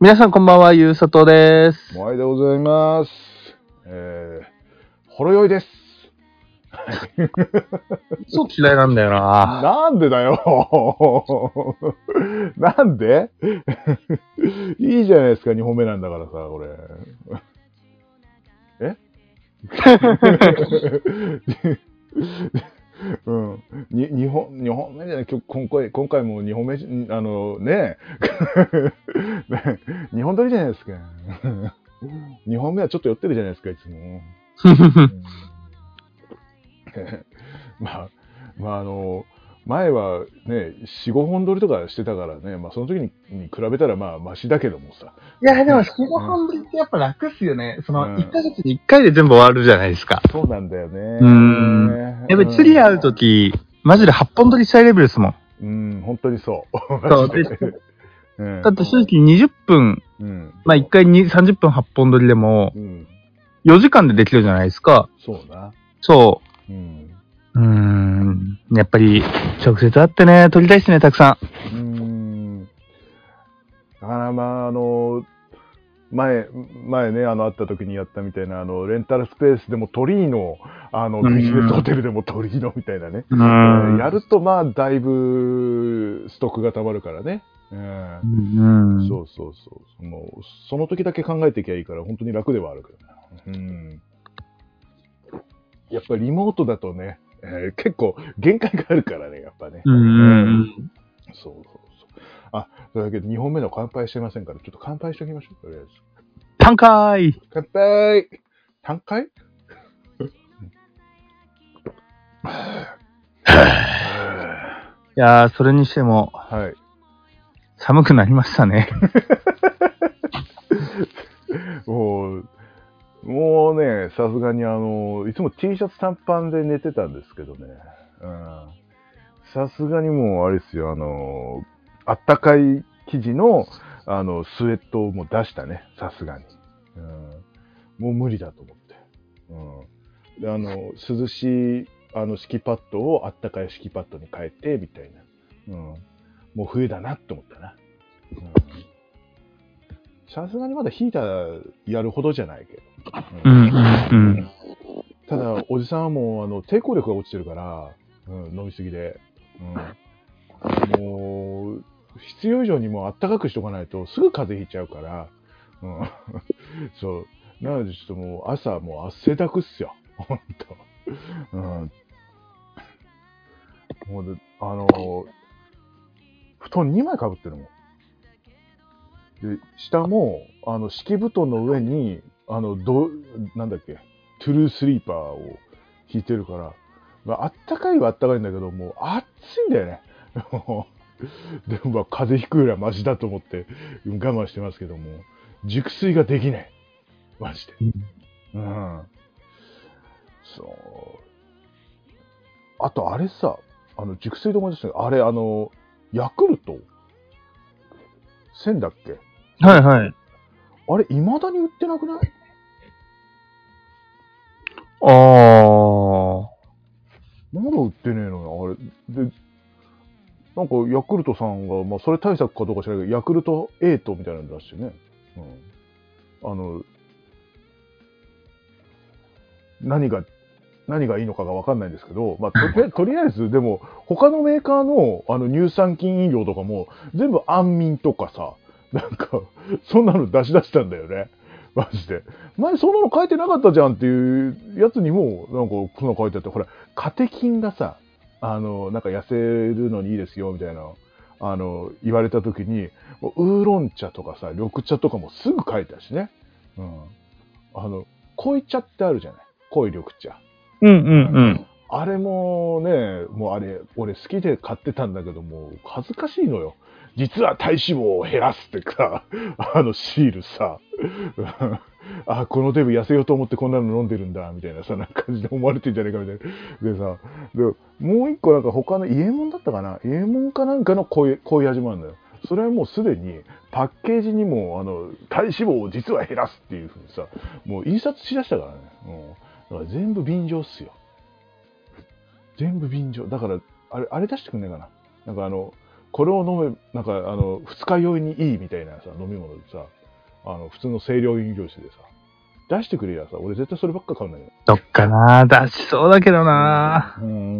皆さんこんばんは、ゆうさとです。 おはようでございます。ほろ酔いです。 そう嫌いなんだよな。 なんでだよ。なんでいいじゃないですか、2本目なんだからさ、これ。えうん。2本目じゃない、今回も2本目、2本撮りじゃないですか。2本目はちょっと寄ってるじゃないですか、いつも。まあ、前はね、4、5本撮りとかしてたからね、その時に比べたらマシだけどもさ。 いや、でも、4、5本撮りってやっぱ楽っすよね。1ヶ月に1回で全部終わるじゃないですか。 そうなんだよね。 やっぱり釣り会うとき、マジで8本撮りしたいレベルですもん。本当にそう。 そうでだって正直20分、1回30分8本撮りでも、4時間でできるじゃないですか。 そうな。 そう。やっぱり、直接会ってね、撮りたいっすね、たくさん。 だから前ね、会った時にやったみたいな、レンタルスペースでもトリーノ、ビジネスホテルでもトリーノみたいなね。やると、だいぶストックが溜まるからね。そう。もう、その時だけ考えていきゃいいから、本当に楽ではあるけどね。やっぱりリモートだとね、結構限界があるからね、やっぱね。そう。あ、というわけで2本目の乾杯してませんから、ちょっと乾杯しておきましょう、とりあえず。 乾杯乾杯単杯いやー、それにしても、寒くなりましたね。 もうね、さすがにいつも T シャツ短パンで寝てたんですけどね。さすがにもうあれですよ、あったかい生地の、スウェットをもう出したね、さすがに。もう無理だと思って。で、涼しい、敷きパッドをあったかい敷きパッドに変えて、みたいな。もう冬だなって思ったな。さすがにまだヒーターやるほどじゃないけど。ただ、おじさんはもう、抵抗力が落ちてるから、飲みすぎで。もう、必要以上にもうあったかくしとかないと、すぐ風邪ひいちゃうから、そう。なので、ちょっともう、朝、もう汗だくっすよ。ほんと。もうで、布団2枚かぶってるもん。で、下も、敷布団の上に、なんだっけ、トゥルースリーパーを引いてるから、あったかいはあったかいんだけど、もう暑いんだよね。でも風邪ひくよりはマシだと思って我慢してますけども、熟睡ができない。マジで。そう。あとあれさ、熟睡で思い出したけど、あれ、ヤクルト1000だっけ？ はいはい。 あれ、未だに売ってなくない？まだ売ってねえのよ、あれ。で、なんか、ヤクルトさんが、それ対策かどうか知らないけど、ヤクルト8みたいなの出してね。何がいいのかがわかんないんですけど、とりあえず、でも、他のメーカーの、乳酸菌飲料とかも、全部安眠とかさ、なんか、そんなの出ししたんだよね。マジで。前そんなの書いてなかったじゃんっていうやつにも、なんか、そんなの書いてあって、ほら、カテキンがさ、なんか痩せるのにいいですよ、みたいな、言われた時に、ウーロン茶とかさ、緑茶とかもすぐ書いてあるしね。濃茶ってあるじゃない。濃い緑茶。あれもね、もうあれ、俺好きで買ってたんだけども、恥ずかしいのよ。実は体脂肪を減らすってか、シールさ。あ、このデブ痩せようと思ってこんなの飲んでるんだ、みたいなさ、なんか感じで思われてんじゃねえかみたいな。でさ、もう一個なんか他の伊右衛門だったかな、伊右衛門かなんかの濃い味もあるんだよ。それはもうすでにパッケージにも、体脂肪を実は減らすっていうふうにさ、もう印刷しだしたからね。だから全部便乗っすよ。全部便乗。だから、あれ出してくんねえかな。なんかこれを飲め、なんか、二日酔いにいいみたいなさ、飲み物でさ、普通の清涼飲料水でさ、出してくれやさ、俺絶対そればっか買うんだよ。 どっかな出しそうだけどな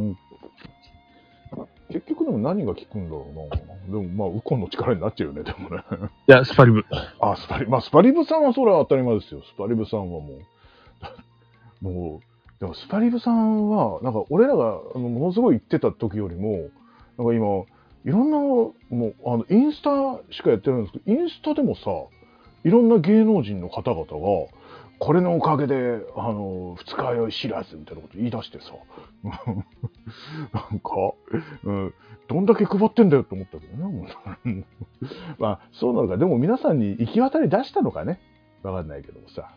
結局でも何が効くんだろうな。でもまあ、ウコンの力になっちゃうよね、でもね。 いや、スパリブ。 あ、スパリブさんはそれは当たり前ですよ。スパリブさんはもう、でもスパリブさんは、なんか俺らがものすごい言ってた時よりも、なんか今、いろんな、もう、インスタしかやってないんですけど、インスタでもさ、いろんな芸能人の方々が、これのおかげで、二日酔い知らずみたいなこと言い出してさ、なんか、どんだけ配ってんだよって思ったけどね。まあ、そうなのか。でも皆さんに行き渡り出したのかね。わかんないけどもさ。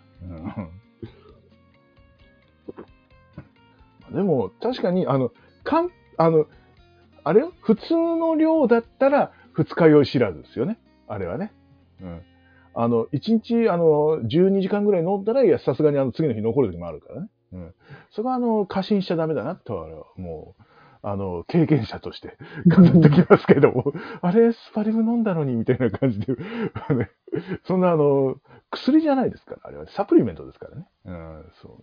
でも、確かに、あれよ、普通の量だったら、二日酔い知らずですよね。あれはね。1日、12時間ぐらい飲んだら、いや、さすがに次の日残る時もあるからね。そこは、過信しちゃダメだな、とは、もう、経験者として語ってきますけども、あれ、スパリブ飲んだのに、みたいな感じで、そんな、薬じゃないですから、あれはサプリメントですからね。そう。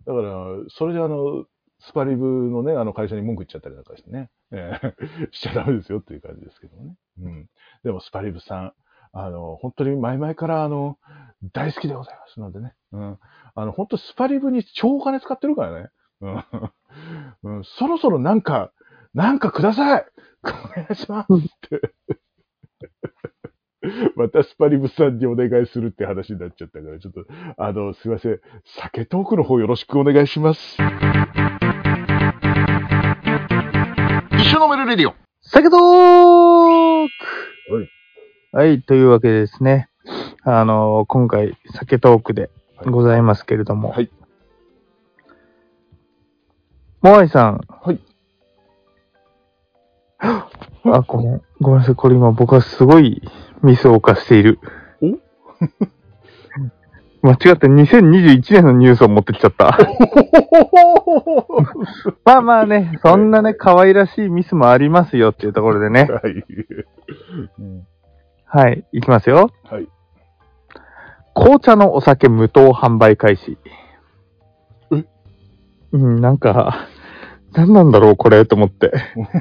だから、それでスパリブのね、会社に文句言っちゃったりなんかしてね、しちゃダメですよっていう感じですけどもね。でも、スパリブさん、本当に前々から大好きでございますのでね。本当スパリブに超お金使ってるからね。そろそろなんかくださいお願いしますってまたスパリブさんにお願いするって話になっちゃったから、ちょっと、すいません。酒トークの方よろしくお願いします。一緒飲めるレディオ。 酒トークはい、というわけでですね。今回、酒トークでございますけれども。はい。モアイさん。 はい。 あ、ごめんなさい。これ今僕はすごいミスを犯している。間違って2021年のニュースを持ってきちゃった。まあまあね、そんなね、可愛らしいミスもありますよっていうところでね。はい。はい、いきますよ。はい。紅茶のお酒無糖販売開始。なんか、何なんだろうこれと思って。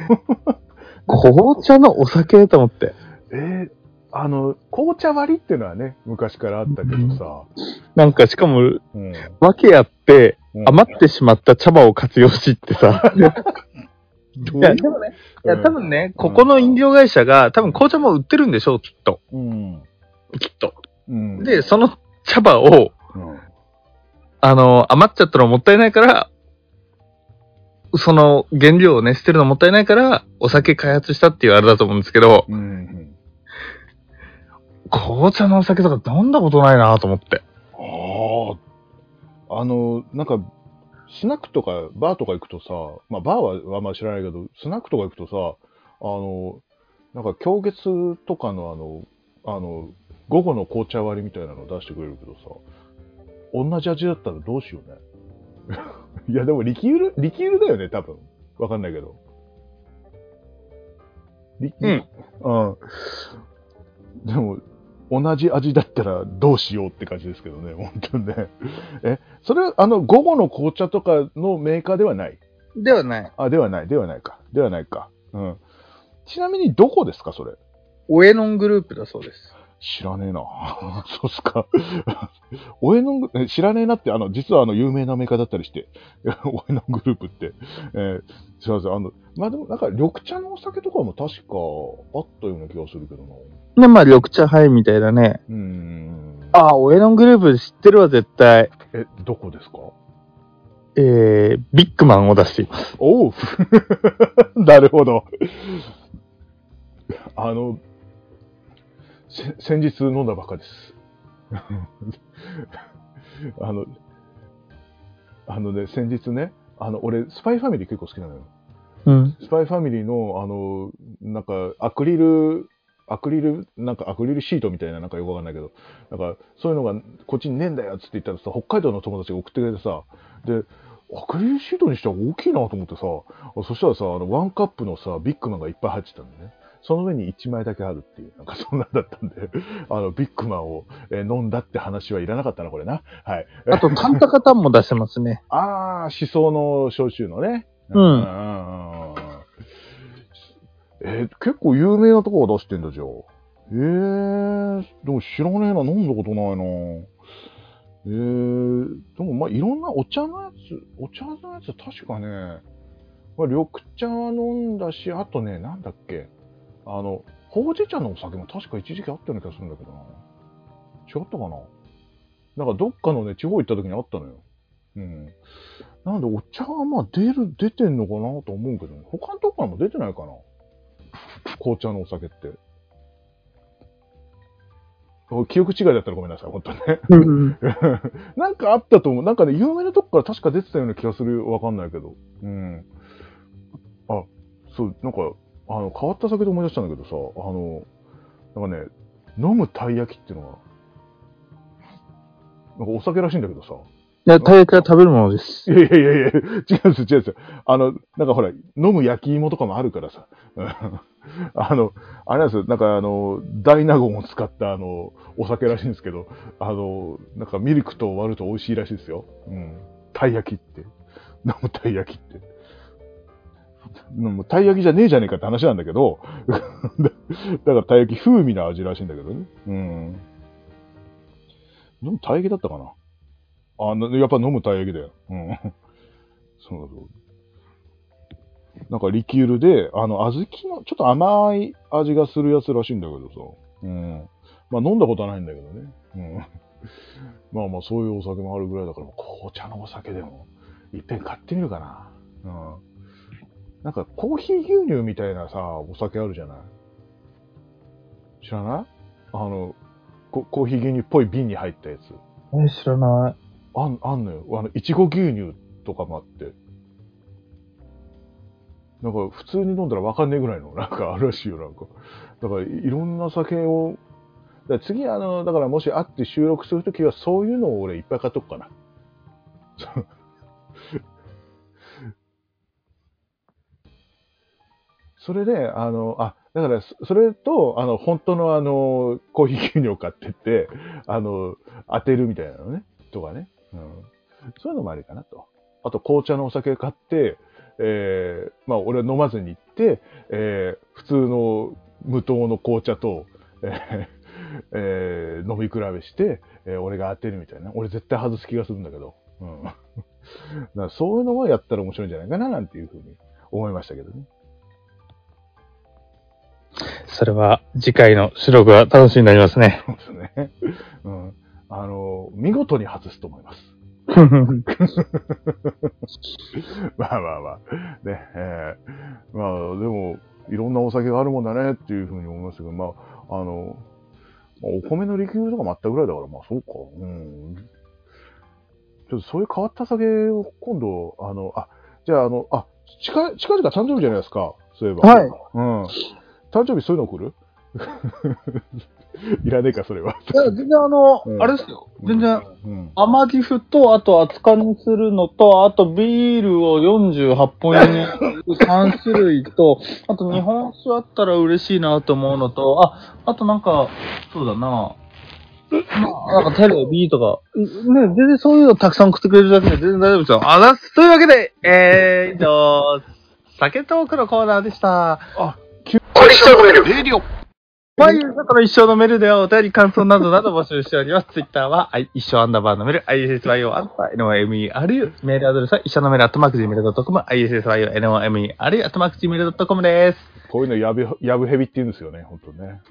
紅茶のお酒と思って。 紅茶割りっていうのはね、昔からあったけどさ。 なんかしかも、訳あって、余ってしまった茶葉を活用しってさ。いや、でもね、多分ね、ここの飲料会社が、多分紅茶も売ってるんでしょう、きっと。きっと。で、その茶葉を、余っちゃったのもったいないから、その原料をね、捨てるのもったいないから、お酒開発したっていうあれだと思うんですけど、紅茶のお酒とか飲んだことないなと思って。 なんか、スナックとかバーとか行くとさ、まあバーはあんま知らないけど、スナックとか行くとさ、なんか今月とかの午後の紅茶割りみたいなの出してくれるけどさ、同じ味だったらどうしようね。いやでもリキュールだよね、多分。わかんないけど。でも、同じ味だったらどうしようって感じですけどね、本当にね。それは午後の紅茶とかのメーカーではない？ ではない。 ではないか。ちなみにどこですか、それ？ オエノングループだそうです。 知らねえな。そうっすか。オエノン知らねえなって、実は有名なメーカーだったりして、オエノングループって。すいません。まあでもなんか緑茶のお酒とかも確かあったような気がするけどな。 ね、まあ緑茶はいみたいだね。オエノングループ知ってるわ、絶対。 どこですか？ ビッグマンを出しています。 おうなるほど。先日飲んだばっかです。先日ね、俺、スパイファミリー結構好きなのよ。スパイファミリーの、なんか、アクリルシートみたいな、なんかよくわかんないけど、なんか、そういうのが、こっちにねえんだよって言ったらさ、北海道の友達が送ってくれてさ、で、アクリルシートにしては大きいなと思ってさ、そしたらさ、ワンカップのさ、ビッグマンがいっぱい入ってたんだね。 その上に1枚だけあるっていう、なんかそんなんだったんで、ビッグマンを、飲んだって話はいらなかったな、これな。はい。 あと、タンタカタンも出してますね。 ああ、しその焼酎のね。結構有名なとこが出してんだ、じゃあ。でも知らねえな、飲んだことないな。でもまあ、いろんなお茶のやつ確かね、まあ、緑茶は飲んだし、あとね、なんだっけ、ほうじ茶のお酒も確か一時期あったような気がするんだけどな。違ったかな。なんかどっかのね、地方行った時にあったのよ。なんでお茶はまあ出てんのかなと思うけどね。他のとこからも出てないかな。紅茶のお酒って。記憶違いだったらごめんなさい、本当ね。なんかあったと思う。なんかね、有名なとこから確か出てたような気がする。わかんないけど。あ、そう、なんか、変わった酒で思い出したんだけどさ、なんかね、飲むたい焼きっていうのが、なんかお酒らしいんだけどさ。 いや、たい焼きは食べるものです。 いや、違うんですよ。なんかほら、飲む焼き芋とかもあるからさ。あれなんですよ、なんか大納言を使ったお酒らしいんですけど、なんかミルクと割ると美味しいらしいですよ。たい焼きって。飲むたい焼きって。たい焼きじゃねえじゃねえかって話なんだけど、だからたい焼き風味の味らしいんだけどね。でもたい焼きだったかな。やっぱ飲むたい焼きだよ。そう。なんかリキュールで、小豆のちょっと甘い味がするやつらしいんだけどさ。まあ飲んだことはないんだけどね。まあまあそういうお酒もあるぐらいだから、紅茶のお酒でも、いっぺん買ってみるかな。なんかコーヒー牛乳みたいなさ、お酒あるじゃない？知らない？コーヒー牛乳っぽい瓶に入ったやつ。 知らない。 あんのよ。いちご牛乳とかもあって。なんか普通に飲んだらわかんねえぐらいの、なんかあるらしいよ、なんか。だからいろんな酒を、次だからもし会って収録するときはそういうのを俺いっぱい買っとくかな。それで、だから、それと、本当のコーヒー牛乳を買ってって、当てるみたいなのね、とかね。そういうのもありかなと。あと、紅茶のお酒買って、まあ、俺は飲まずに行って、普通の無糖の紅茶と、飲み比べして、俺が当てるみたいな。俺絶対外す気がするんだけど。だからそういうのをやったら面白いんじゃないかな、なんていうふうに思いましたけどね。 それは次回の収録が楽しみになりますね。 そうですね。見事に外すと思います。まあ。ね、まあでも、いろんなお酒があるもんだねっていうふうに思いますけど、まあ、お米のリキュールとかもあったぐらいだから、まあそうか。ちょっとそういう変わった酒を今度、じゃあ近々誕生日じゃないですか、そういえば。 はい。 誕生日そういうの送るいらねえか、それは。 いや、全然あれですよ。全然、アマディフと、あと熱燗にするのと、あとビールを48本入りに3種類と、あと日本酒あったら嬉しいなと思うのと、あとなんか、そうだな、なんかテレビとか、ね、全然そういうのたくさん送ってくれるだけで全然大丈夫ですよ。というわけで、以上、酒トークのコーナーでした。 レディオ。 まゆうさとの一生のメールではお便り感想などなど募集しております。ツイッターは、一生_のメール、ISSYO_NOMERU、メールアドレスは一生のメール@gmail.com、ISSYO_NOMERU@gmail.com です。 こういうのやぶへびって言うんですよね、ほんとね。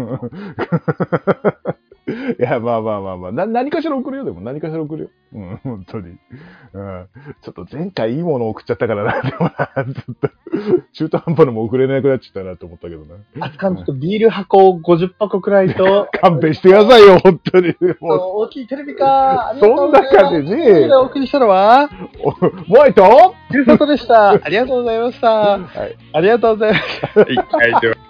いや、まあ。何かしら送るよ、でも。何かしら送るよ。本当に。ちょっと前回いいもの送っちゃったからな、でもな、ずっと。中途半端のも送れなくなっちゃったなと思ったけどな。 ちょっとビール箱50箱くらいと。 勘弁してくださいよ、本当に。 もう大きいテレビか。 そんな感じね。 お送りしたのは、 モアイと、 ゆうさとでした。ありがとうございました。 はい。 ありがとうございました。はい、では。